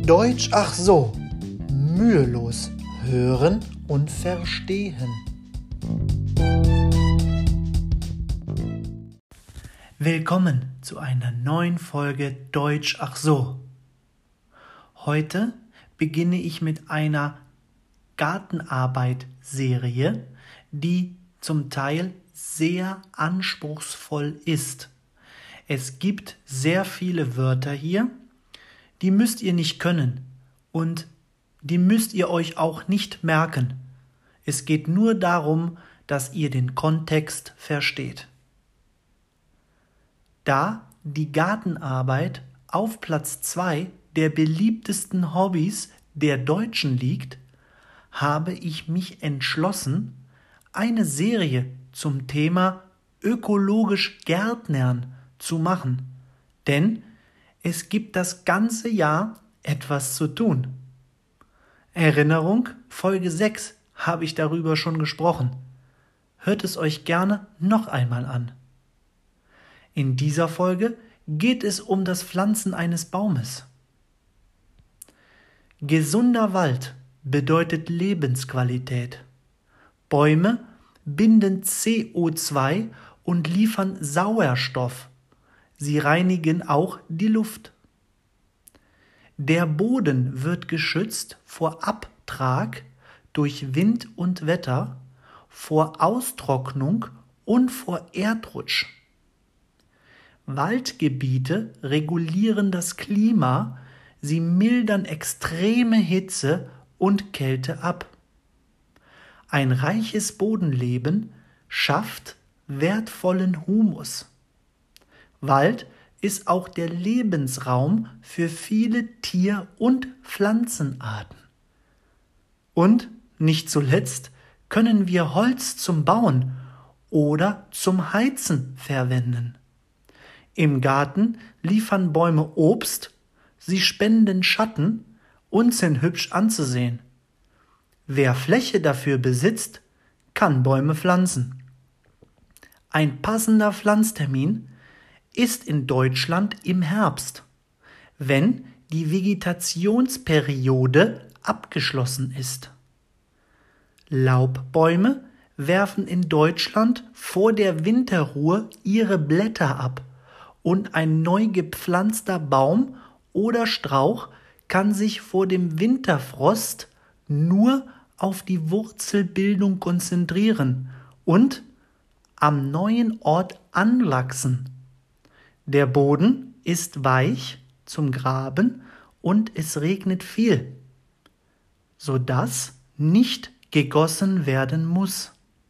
Deutsch ach so, mühelos hören und verstehen. Willkommen zu einer neuen Folge Deutsch ach so. Heute beginne ich mit einer Gartenarbeit-Serie, die zum Teil sehr anspruchsvoll ist. Es gibt sehr viele Wörter hier, die müsst ihr nicht können und die müsst ihr euch auch nicht merken. Es geht nur darum, dass ihr den Kontext versteht. Da die Gartenarbeit auf Platz 2 der beliebtesten Hobbys der Deutschen liegt, habe ich mich entschlossen, eine Serie zum Thema ökologisch Gärtnern zu machen, denn es gibt das ganze Jahr etwas zu tun. Erinnerung, Folge 6 habe ich darüber schon gesprochen. Hört es euch gerne noch einmal an. In dieser Folge geht es um das Pflanzen eines Baumes. Gesunder Wald bedeutet Lebensqualität. Bäume binden CO2 und liefern Sauerstoff. Sie reinigen auch die Luft. Der Boden wird geschützt vor Abtrag durch Wind und Wetter, vor Austrocknung und vor Erdrutsch. Waldgebiete regulieren das Klima, sie mildern extreme Hitze und Kälte ab. Ein reiches Bodenleben schafft wertvollen Humus. Wald ist auch der Lebensraum für viele Tier- und Pflanzenarten. Und nicht zuletzt können wir Holz zum Bauen oder zum Heizen verwenden. Im Garten liefern Bäume Obst, sie spenden Schatten und sind hübsch anzusehen. Wer Fläche dafür besitzt, kann Bäume pflanzen. Ein passender Pflanztermin ist in Deutschland im Herbst, wenn die Vegetationsperiode abgeschlossen ist. Laubbäume werfen in Deutschland vor der Winterruhe ihre Blätter ab und ein neu gepflanzter Baum oder Strauch kann sich vor dem Winterfrost nur auf die Wurzelbildung konzentrieren und am neuen Ort anwachsen. Der Boden ist weich zum Graben und es regnet viel, sodass nicht gegossen werden muss.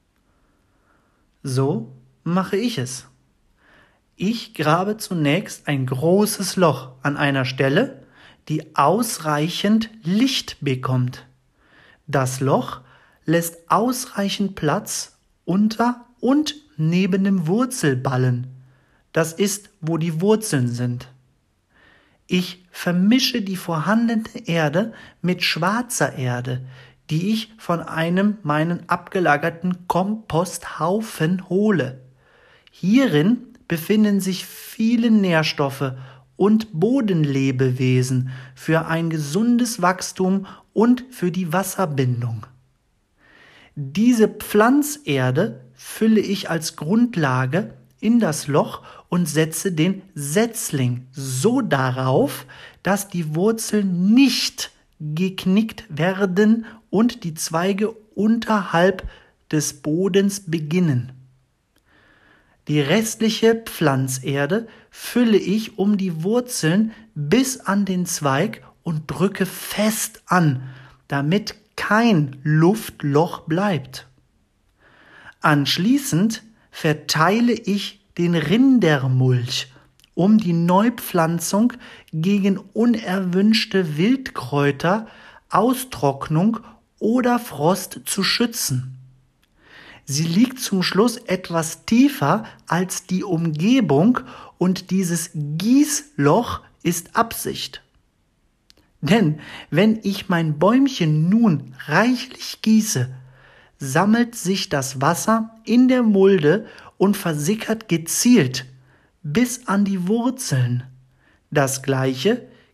So mache ich es. Ich grabe zunächst ein großes Loch an einer Stelle, die ausreichend Licht bekommt. Das Loch lässt ausreichend Platz unter und neben dem Wurzelballen. Das ist, wo die Wurzeln sind. Ich vermische die vorhandene Erde mit schwarzer Erde, die ich von meinen abgelagerten Komposthaufen hole. Hierin befinden sich viele Nährstoffe und Bodenlebewesen für ein gesundes Wachstum und für die Wasserbindung. Diese Pflanzerde fülle ich als Grundlage in das Loch und setze den Setzling so darauf, dass die Wurzeln nicht geknickt werden und die Zweige unterhalb des Bodens beginnen. Die restliche Pflanzerde fülle ich um die Wurzeln bis an den Zweig und drücke fest an, damit kein Luftloch bleibt. Anschließend verteile ich den Rindermulch, um die Neupflanzung gegen unerwünschte Wildkräuter, Austrocknung oder Frost zu schützen. Sie liegt zum Schluss etwas tiefer als die Umgebung und dieses Gießloch ist Absicht. Denn wenn ich mein Bäumchen nun reichlich gieße, sammelt sich das Wasser in der Mulde und versickert gezielt bis an die Wurzeln. Das Gleiche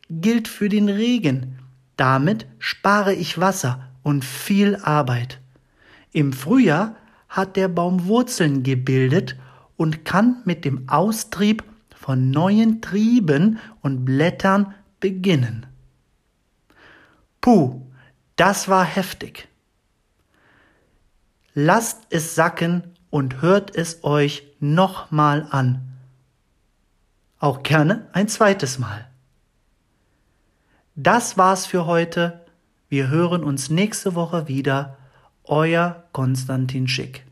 gilt für den Regen. Damit spare ich Wasser und viel Arbeit. Im Frühjahr hat der Baum Wurzeln gebildet und kann mit dem Austrieb von neuen Trieben und Blättern beginnen. Puh, das war heftig. Lasst es sacken und hört es euch nochmal an. Auch gerne ein zweites Mal. Das war's für heute. Wir hören uns nächste Woche wieder. Euer Konstantin Schick.